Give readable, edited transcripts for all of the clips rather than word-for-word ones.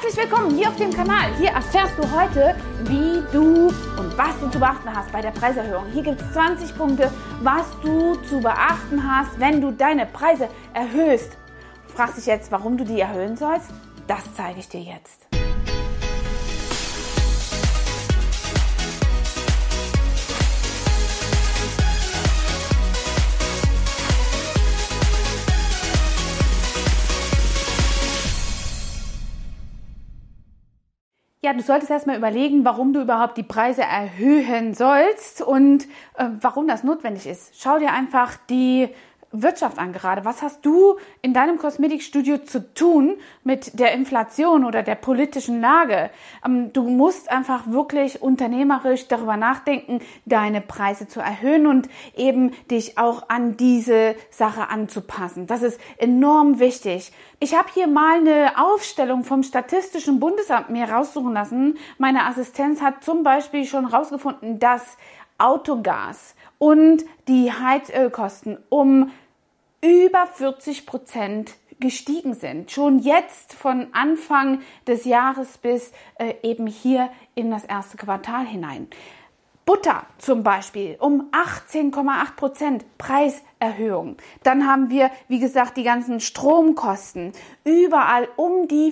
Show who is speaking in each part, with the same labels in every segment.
Speaker 1: Herzlich willkommen hier auf dem Kanal. Hier erfährst du heute, wie du und was du zu beachten hast bei der Preiserhöhung. Hier gibt es 20 Punkte, was du zu beachten hast, wenn du deine Preise erhöhst. Du fragst dich jetzt, warum du die erhöhen sollst? Das zeige ich dir jetzt. Ja, du solltest erstmal überlegen, warum du überhaupt die Preise erhöhen sollst und warum das notwendig ist. Schau dir einfach die Wirtschaft an gerade. Was hast du in deinem Kosmetikstudio zu tun mit der Inflation oder der politischen Lage? Du musst einfach wirklich unternehmerisch darüber nachdenken, deine Preise zu erhöhen und eben dich auch an diese Sache anzupassen. Das ist enorm wichtig. Ich habe hier mal eine Aufstellung vom Statistischen Bundesamt mir raussuchen lassen. Meine Assistenz hat zum Beispiel schon rausgefunden, dass Autogas und die Heizölkosten um über 40% gestiegen sind. Schon jetzt von Anfang des Jahres bis eben hier in das erste Quartal hinein. Butter zum Beispiel um 18,8% Preiserhöhung. Dann haben wir, wie gesagt, die ganzen Stromkosten. Überall um die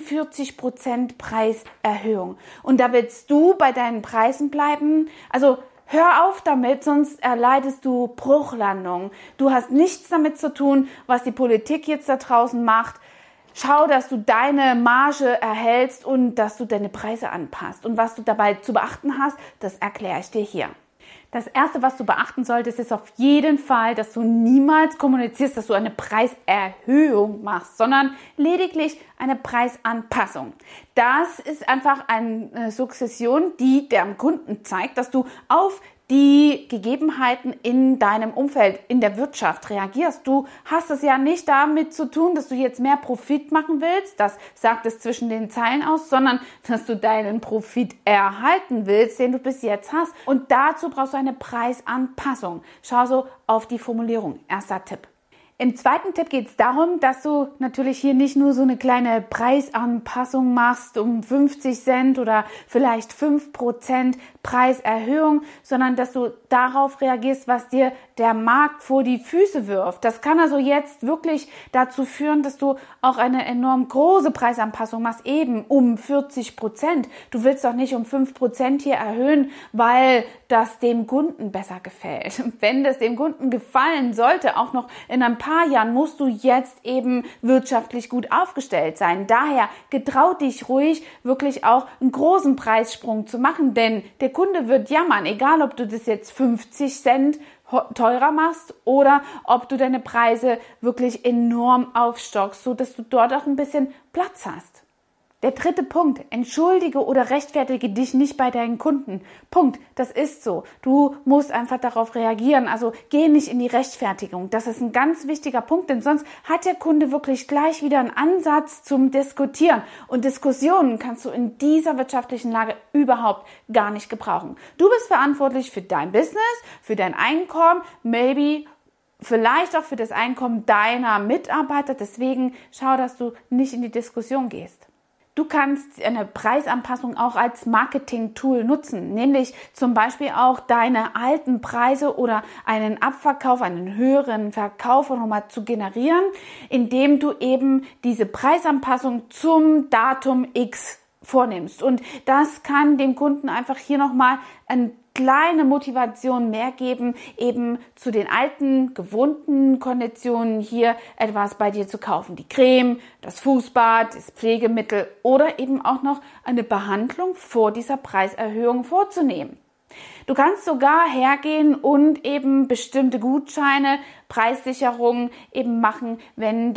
Speaker 1: 40% Preiserhöhung. Und da willst du bei deinen Preisen bleiben? Also hör auf damit, sonst erleidest du Bruchlandung. Du hast nichts damit zu tun, was die Politik jetzt da draußen macht. Schau, dass du deine Marge erhältst und dass du deine Preise anpasst. Und was du dabei zu beachten hast, das erkläre ich dir hier. Das Erste, was du beachten solltest, ist auf jeden Fall, dass du niemals kommunizierst, dass du eine Preiserhöhung machst, sondern lediglich eine Preisanpassung. Das ist einfach eine Sukzession, die dem Kunden zeigt, dass du auf die Gegebenheiten in deinem Umfeld, in der Wirtschaft reagierst. Du hast es ja nicht damit zu tun, dass du jetzt mehr Profit machen willst, das sagt es zwischen den Zeilen aus, sondern dass du deinen Profit erhalten willst, den du bis jetzt hast. Und dazu brauchst du eine Preisanpassung. Schau so auf die Formulierung. Erster Tipp. Im zweiten Tipp geht es darum, dass du natürlich hier nicht nur so eine kleine Preisanpassung machst um 50 Cent oder vielleicht 5% Preiserhöhung, sondern dass du darauf reagierst, was dir der Markt vor die Füße wirft. Das kann also jetzt wirklich dazu führen, dass du auch eine enorm große Preisanpassung machst, eben um 40%. Du willst doch nicht um 5% hier erhöhen, weil das dem Kunden besser gefällt. Wenn das dem Kunden gefallen sollte, auch noch in ein paar Jahren, musst du jetzt eben wirtschaftlich gut aufgestellt sein. Daher getrau dich ruhig, wirklich auch einen großen Preissprung zu machen, denn der Kunde wird jammern, egal ob du das jetzt 50 Cent teurer machst oder ob du deine Preise wirklich enorm aufstockst, sodass du dort auch ein bisschen Platz hast. Der dritte Punkt, entschuldige oder rechtfertige dich nicht bei deinen Kunden. Punkt, das ist so. Du musst einfach darauf reagieren, also geh nicht in die Rechtfertigung. Das ist ein ganz wichtiger Punkt, denn sonst hat der Kunde wirklich gleich wieder einen Ansatz zum Diskutieren. Und Diskussionen kannst du in dieser wirtschaftlichen Lage überhaupt gar nicht gebrauchen. Du bist verantwortlich für dein Business, für dein Einkommen, vielleicht auch für das Einkommen deiner Mitarbeiter. Deswegen schau, dass du nicht in die Diskussion gehst. Du kannst eine Preisanpassung auch als Marketing-Tool nutzen, nämlich zum Beispiel auch deine alten Preise oder einen Abverkauf, einen höheren Verkauf nochmal zu generieren, indem du eben diese Preisanpassung zum Datum X vornimmst. Und das kann dem Kunden einfach hier nochmal ein kleine Motivation mehr geben, eben zu den alten, gewohnten Konditionen hier etwas bei dir zu kaufen. Die Creme, das Fußbad, das Pflegemittel oder eben auch noch eine Behandlung vor dieser Preiserhöhung vorzunehmen. Du kannst sogar hergehen und eben bestimmte Gutscheine, Preissicherungen eben machen, wenn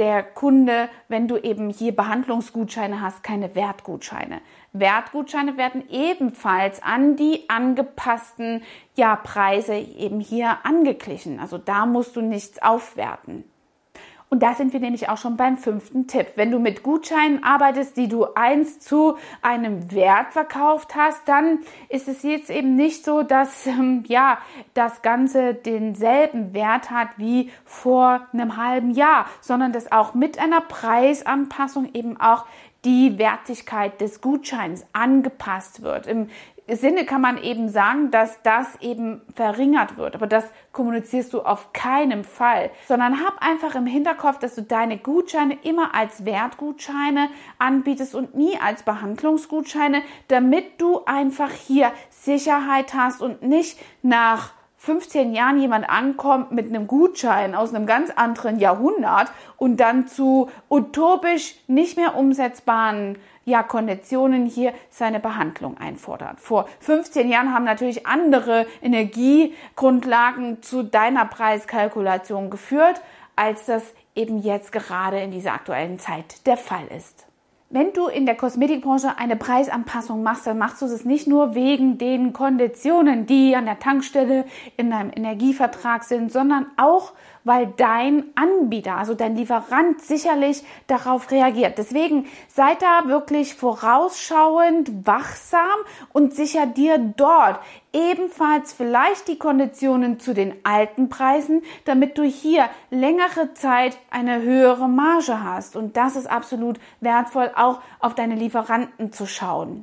Speaker 1: du eben hier Behandlungsgutscheine hast, keine Wertgutscheine. Wertgutscheine werden ebenfalls an die angepassten Preise eben hier angeglichen. Also da musst du nichts aufwerten. Und da sind wir nämlich auch schon beim 5. Tipp. Wenn du mit Gutscheinen arbeitest, die du einst zu einem Wert verkauft hast, dann ist es jetzt eben nicht so, dass das Ganze denselben Wert hat wie vor einem halben Jahr, sondern dass auch mit einer Preisanpassung eben auch die Wertigkeit des Gutscheins angepasst wird. Im Sinne kann man eben sagen, dass das eben verringert wird. Aber das kommunizierst du auf keinen Fall, sondern hab einfach im Hinterkopf, dass du deine Gutscheine immer als Wertgutscheine anbietest und nie als Behandlungsgutscheine, damit du einfach hier Sicherheit hast und nicht nach 15 Jahren jemand ankommt mit einem Gutschein aus einem ganz anderen Jahrhundert und dann zu utopisch nicht mehr umsetzbaren Konditionen hier seine Behandlung einfordert. Vor 15 Jahren haben natürlich andere Energiegrundlagen zu deiner Preiskalkulation geführt, als das eben jetzt gerade in dieser aktuellen Zeit der Fall ist. Wenn du in der Kosmetikbranche eine Preisanpassung machst, dann machst du es nicht nur wegen den Konditionen, die an der Tankstelle in deinem Energievertrag sind, sondern auch, weil dein Anbieter, also dein Lieferant sicherlich darauf reagiert. Deswegen sei da wirklich vorausschauend, wachsam und sicher dir dort ebenfalls vielleicht die Konditionen zu den alten Preisen, damit du hier längere Zeit eine höhere Marge hast. Und das ist absolut wertvoll, auch auf deine Lieferanten zu schauen.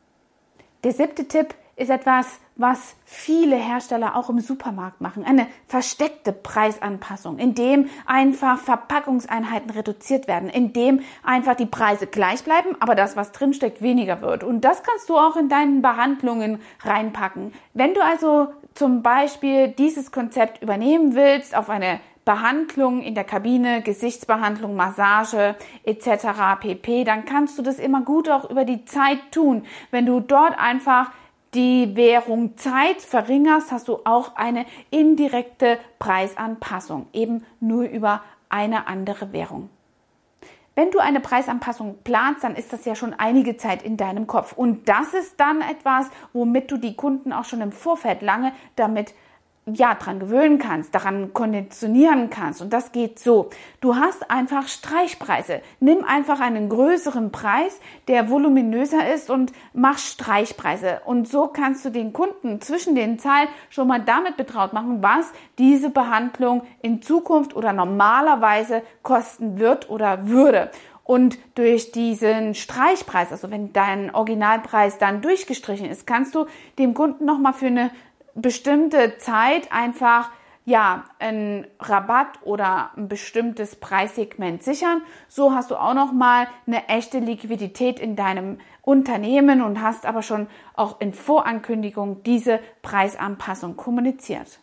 Speaker 1: Der 7. Tipp ist etwas, was viele Hersteller auch im Supermarkt machen. Eine versteckte Preisanpassung, indem einfach Verpackungseinheiten reduziert werden, indem einfach die Preise gleich bleiben, aber das, was drinsteckt, weniger wird. Und das kannst du auch in deinen Behandlungen reinpacken. Wenn du also zum Beispiel dieses Konzept übernehmen willst auf eine Behandlung in der Kabine, Gesichtsbehandlung, Massage etc. pp., dann kannst du das immer gut auch über die Zeit tun. Wenn du dort einfach die Währung Zeit verringerst, hast du auch eine indirekte Preisanpassung, eben nur über eine andere Währung. Wenn du eine Preisanpassung planst, dann ist das ja schon einige Zeit in deinem Kopf. Und das ist dann etwas, womit du die Kunden auch schon im Vorfeld lange damit dran gewöhnen kannst, daran konditionieren kannst. Und das geht so. Du hast einfach Streichpreise. Nimm einfach einen größeren Preis, der voluminöser ist und mach Streichpreise. Und so kannst du den Kunden zwischen den Zeilen schon mal damit betraut machen, was diese Behandlung in Zukunft oder normalerweise kosten wird oder würde. Und durch diesen Streichpreis, also wenn dein Originalpreis dann durchgestrichen ist, kannst du dem Kunden nochmal für eine bestimmte Zeit einfach einen Rabatt oder ein bestimmtes Preissegment sichern. So hast du auch nochmal eine echte Liquidität in deinem Unternehmen und hast aber schon auch in Vorankündigung diese Preisanpassung kommuniziert.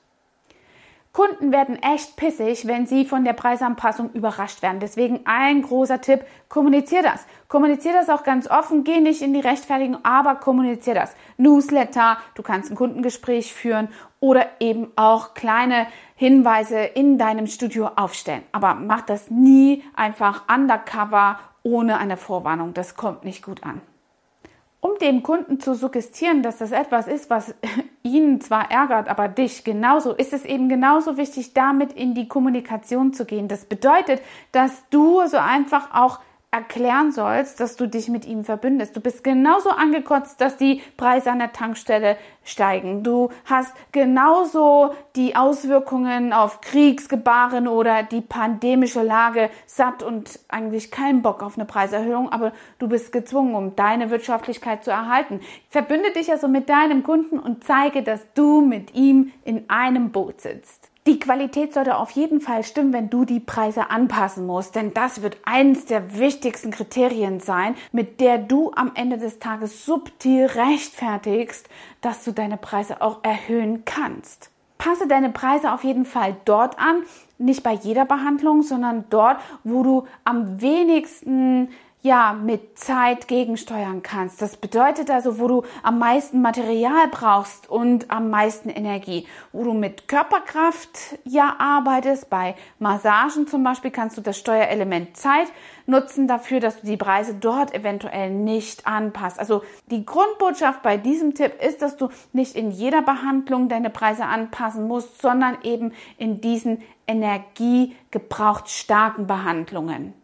Speaker 1: Kunden werden echt pissig, wenn sie von der Preisanpassung überrascht werden. Deswegen ein großer Tipp, kommunizier das. Kommunizier das auch ganz offen, geh nicht in die Rechtfertigung, aber kommunizier das. Newsletter, du kannst ein Kundengespräch führen oder eben auch kleine Hinweise in deinem Studio aufstellen. Aber mach das nie einfach undercover ohne eine Vorwarnung. Das kommt nicht gut an. Um dem Kunden zu suggestieren, dass das etwas ist, was ihn zwar ärgert, aber dich genauso, ist es eben genauso wichtig, damit in die Kommunikation zu gehen. Das bedeutet, dass du so einfach auch erklären sollst, dass du dich mit ihm verbündest. Du bist genauso angekotzt, dass die Preise an der Tankstelle steigen. Du hast genauso die Auswirkungen auf Kriegsgebaren oder die pandemische Lage satt und eigentlich keinen Bock auf eine Preiserhöhung, aber du bist gezwungen, um deine Wirtschaftlichkeit zu erhalten. Verbünde dich also mit deinem Kunden und zeige, dass du mit ihm in einem Boot sitzt. Die Qualität sollte auf jeden Fall stimmen, wenn du die Preise anpassen musst, denn das wird eines der wichtigsten Kriterien sein, mit der du am Ende des Tages subtil rechtfertigst, dass du deine Preise auch erhöhen kannst. Passe deine Preise auf jeden Fall dort an, nicht bei jeder Behandlung, sondern dort, wo du am wenigsten mit Zeit gegensteuern kannst. Das bedeutet also, wo du am meisten Material brauchst und am meisten Energie. Wo du mit Körperkraft arbeitest, bei Massagen zum Beispiel kannst du das Steuerelement Zeit nutzen dafür, dass du die Preise dort eventuell nicht anpasst. Also die Grundbotschaft bei diesem Tipp ist, dass du nicht in jeder Behandlung deine Preise anpassen musst, sondern eben in diesen energiegebraucht starken Behandlungen.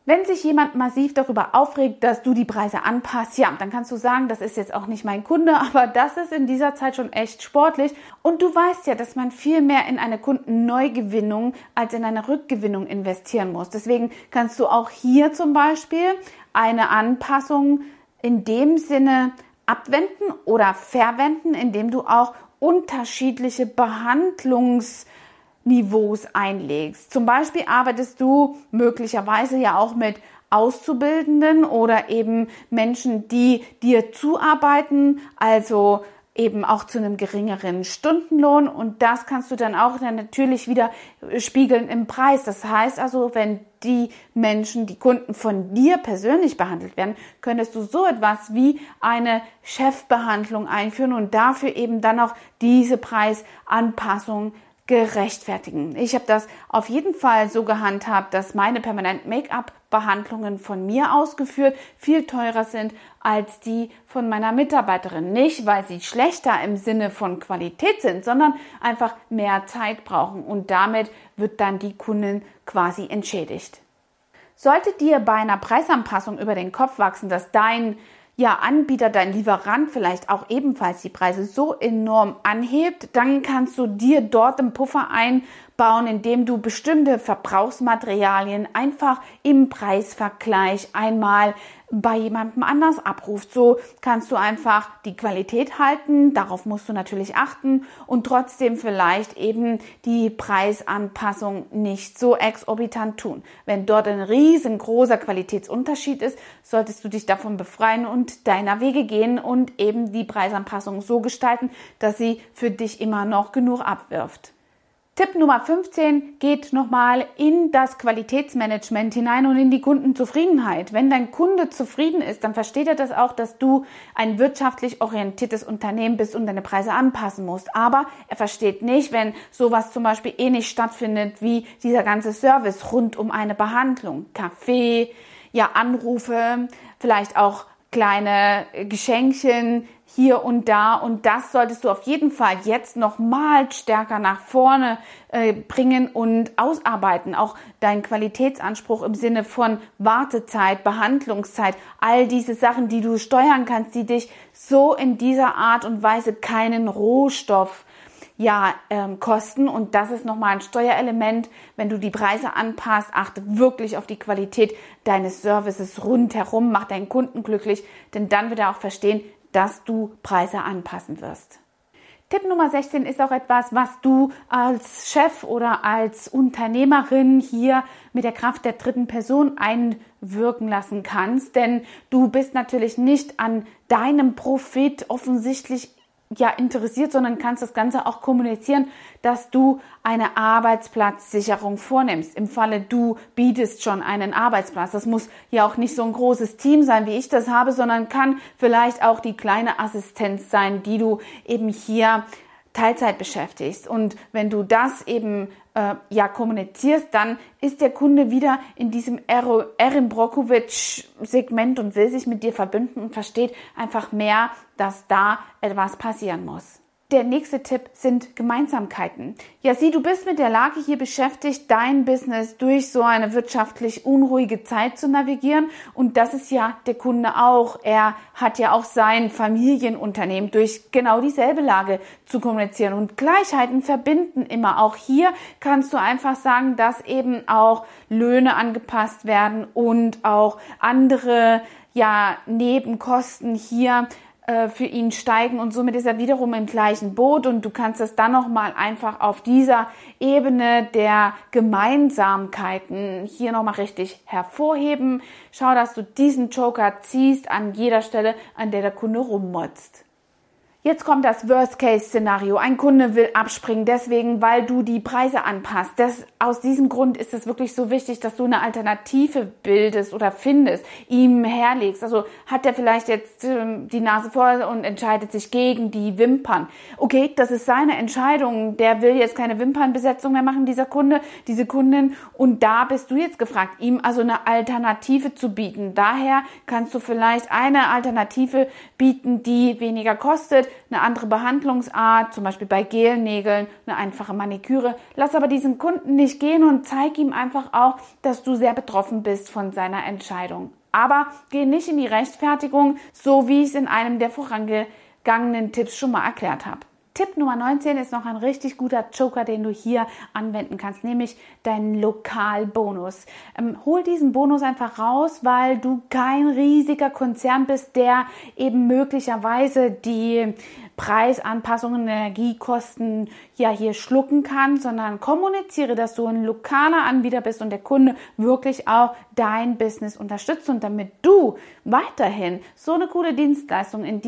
Speaker 1: Wenn sich jemand massiv darüber aufregt, dass du die Preise anpasst, ja, dann kannst du sagen, das ist jetzt auch nicht mein Kunde, aber das ist in dieser Zeit schon echt sportlich. Und du weißt ja, dass man viel mehr in eine Kundenneugewinnung als in eine Rückgewinnung investieren muss. Deswegen kannst du auch hier zum Beispiel eine Anpassung in dem Sinne abwenden oder verwenden, indem du auch unterschiedliche Behandlungsniveaus einlegst. Zum Beispiel arbeitest du möglicherweise ja auch mit Auszubildenden oder eben Menschen, die dir zuarbeiten, also eben auch zu einem geringeren Stundenlohn, und das kannst du dann auch natürlich wieder spiegeln im Preis. Das heißt also, wenn die Menschen, die Kunden von dir persönlich behandelt werden, könntest du so etwas wie eine Chefbehandlung einführen und dafür eben dann auch diese Preisanpassung gerechtfertigen. Ich habe das auf jeden Fall so gehandhabt, dass meine Permanent Make-up-Behandlungen von mir ausgeführt viel teurer sind als die von meiner Mitarbeiterin. Nicht, weil sie schlechter im Sinne von Qualität sind, sondern einfach mehr Zeit brauchen, und damit wird dann die Kundin quasi entschädigt. Sollte dir bei einer Preisanpassung über den Kopf wachsen, dass dein Anbieter, dein Lieferant vielleicht auch ebenfalls die Preise so enorm anhebt, dann kannst du dir dort einen Puffer einbauen, indem du bestimmte Verbrauchsmaterialien einfach im Preisvergleich einmal bei jemandem anders abrufst. So kannst du einfach die Qualität halten, darauf musst du natürlich achten, und trotzdem vielleicht eben die Preisanpassung nicht so exorbitant tun. Wenn dort ein riesengroßer Qualitätsunterschied ist, solltest du dich davon befreien und deiner Wege gehen und eben die Preisanpassung so gestalten, dass sie für dich immer noch genug abwirft. Tipp Nummer 15 geht nochmal in das Qualitätsmanagement hinein und in die Kundenzufriedenheit. Wenn dein Kunde zufrieden ist, dann versteht er das auch, dass du ein wirtschaftlich orientiertes Unternehmen bist und deine Preise anpassen musst. Aber er versteht nicht, wenn sowas zum Beispiel nicht stattfindet, wie dieser ganze Service rund um eine Behandlung. Kaffee, Anrufe, vielleicht auch kleine Geschenkchen hier und da, und das solltest du auf jeden Fall jetzt noch mal stärker nach vorne bringen und ausarbeiten. Auch dein Qualitätsanspruch im Sinne von Wartezeit, Behandlungszeit, all diese Sachen, die du steuern kannst, die dich so in dieser Art und Weise keinen Rohstoff kosten, und das ist nochmal ein Steuerelement. Wenn du die Preise anpasst, achte wirklich auf die Qualität deines Services rundherum, mach deinen Kunden glücklich, denn dann wird er auch verstehen, dass du Preise anpassen wirst. Tipp Nummer 16 ist auch etwas, was du als Chef oder als Unternehmerin hier mit der Kraft der dritten Person einwirken lassen kannst, denn du bist natürlich nicht an deinem Profit offensichtlich interessiert, sondern kannst das Ganze auch kommunizieren, dass du eine Arbeitsplatzsicherung vornimmst. Im Falle du bietest schon einen Arbeitsplatz. Das muss ja auch nicht so ein großes Team sein, wie ich das habe, sondern kann vielleicht auch die kleine Assistenz sein, die du eben hier Teilzeit beschäftigst. Und wenn du das eben kommunizierst, dann ist der Kunde wieder in diesem Erin Brockovich-Segment und will sich mit dir verbünden und versteht einfach mehr, dass da etwas passieren muss. Der nächste Tipp sind Gemeinsamkeiten. Ja, sieh, du bist mit der Lage hier beschäftigt, dein Business durch so eine wirtschaftlich unruhige Zeit zu navigieren. Und das ist ja der Kunde auch. Er hat ja auch sein Familienunternehmen durch genau dieselbe Lage zu kommunizieren. Und Gleichheiten verbinden immer. Auch hier kannst du einfach sagen, dass eben auch Löhne angepasst werden und auch andere Nebenkosten hier für ihn steigen, und somit ist er wiederum im gleichen Boot, und du kannst es dann nochmal einfach auf dieser Ebene der Gemeinsamkeiten hier nochmal richtig hervorheben. Schau, dass du diesen Joker ziehst an jeder Stelle, an der der Kunde rummotzt. Jetzt kommt das Worst-Case-Szenario. Ein Kunde will abspringen, deswegen, weil du die Preise anpasst. Aus diesem Grund ist es wirklich so wichtig, dass du eine Alternative bildest oder findest, ihm herlegst. Also hat er vielleicht jetzt die Nase voll und entscheidet sich gegen die Wimpern. Okay, das ist seine Entscheidung. Der will jetzt keine Wimpernbesetzung mehr machen, dieser Kunde, diese Kundin. Und da bist du jetzt gefragt, ihm also eine Alternative zu bieten. Daher kannst du vielleicht eine Alternative bieten, die weniger kostet, eine andere Behandlungsart, zum Beispiel bei Gelnägeln, eine einfache Maniküre. Lass aber diesen Kunden nicht gehen und zeig ihm einfach auch, dass du sehr betroffen bist von seiner Entscheidung. Aber geh nicht in die Rechtfertigung, so wie ich es in einem der vorangegangenen Tipps schon mal erklärt habe. Tipp Nummer 19 ist noch ein richtig guter Joker, den du hier anwenden kannst, nämlich deinen Lokalbonus. Hol diesen Bonus einfach raus, weil du kein riesiger Konzern bist, der eben möglicherweise die Preisanpassungen, Energiekosten ja hier schlucken kann, sondern kommuniziere, dass du ein lokaler Anbieter bist und der Kunde wirklich auch dein Business unterstützt. Und damit du weiterhin so eine coole Dienstleistung in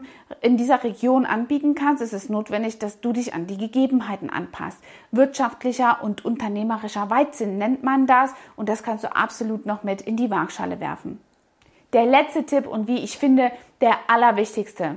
Speaker 1: dieser Region anbieten kannst, ist es notwendig, dass du dich an die Gegebenheiten anpasst. Wirtschaftlicher und unternehmerischer Weitsinn nennt man das und das kannst du absolut noch mit in die Waagschale werfen. Der letzte Tipp und wie ich finde, der allerwichtigste.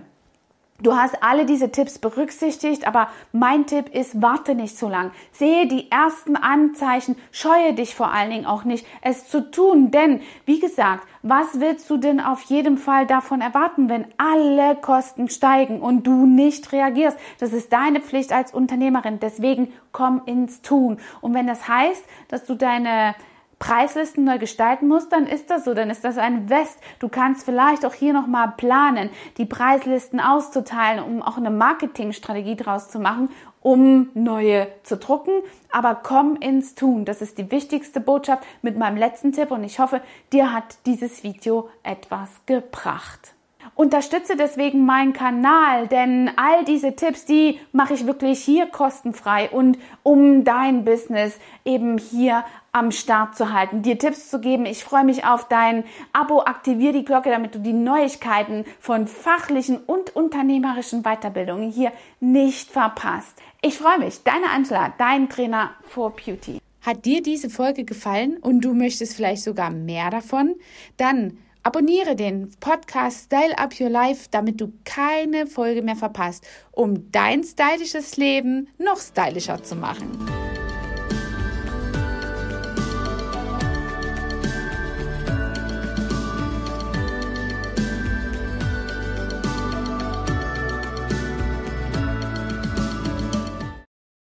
Speaker 1: Du hast alle diese Tipps berücksichtigt, aber mein Tipp ist, warte nicht so lang. Sehe die ersten Anzeichen, scheue dich vor allen Dingen auch nicht, es zu tun. Denn, wie gesagt, was willst du denn auf jeden Fall davon erwarten, wenn alle Kosten steigen und du nicht reagierst? Das ist deine Pflicht als Unternehmerin. Deswegen komm ins Tun. Und wenn das heißt, dass du deine Preislisten neu gestalten musst, dann ist das so, dann ist das ein Invest. Du kannst vielleicht auch hier nochmal planen, die Preislisten auszuteilen, um auch eine Marketingstrategie draus zu machen, um neue zu drucken. Aber komm ins Tun. Das ist die wichtigste Botschaft mit meinem letzten Tipp und ich hoffe, dir hat dieses Video etwas gebracht. Unterstütze deswegen meinen Kanal, denn all diese Tipps, die mache ich wirklich hier kostenfrei und um dein Business eben hier am Start zu halten, dir Tipps zu geben. Ich freue mich auf dein Abo, aktiviere die Glocke, damit du die Neuigkeiten von fachlichen und unternehmerischen Weiterbildungen hier nicht verpasst. Ich freue mich, deine Angela, dein Trainer for Beauty. Hat dir diese Folge gefallen und du möchtest vielleicht sogar mehr davon? Dann abonniere den Podcast Style Up Your Life, damit du keine Folge mehr verpasst, um dein stylisches Leben noch stylischer zu machen.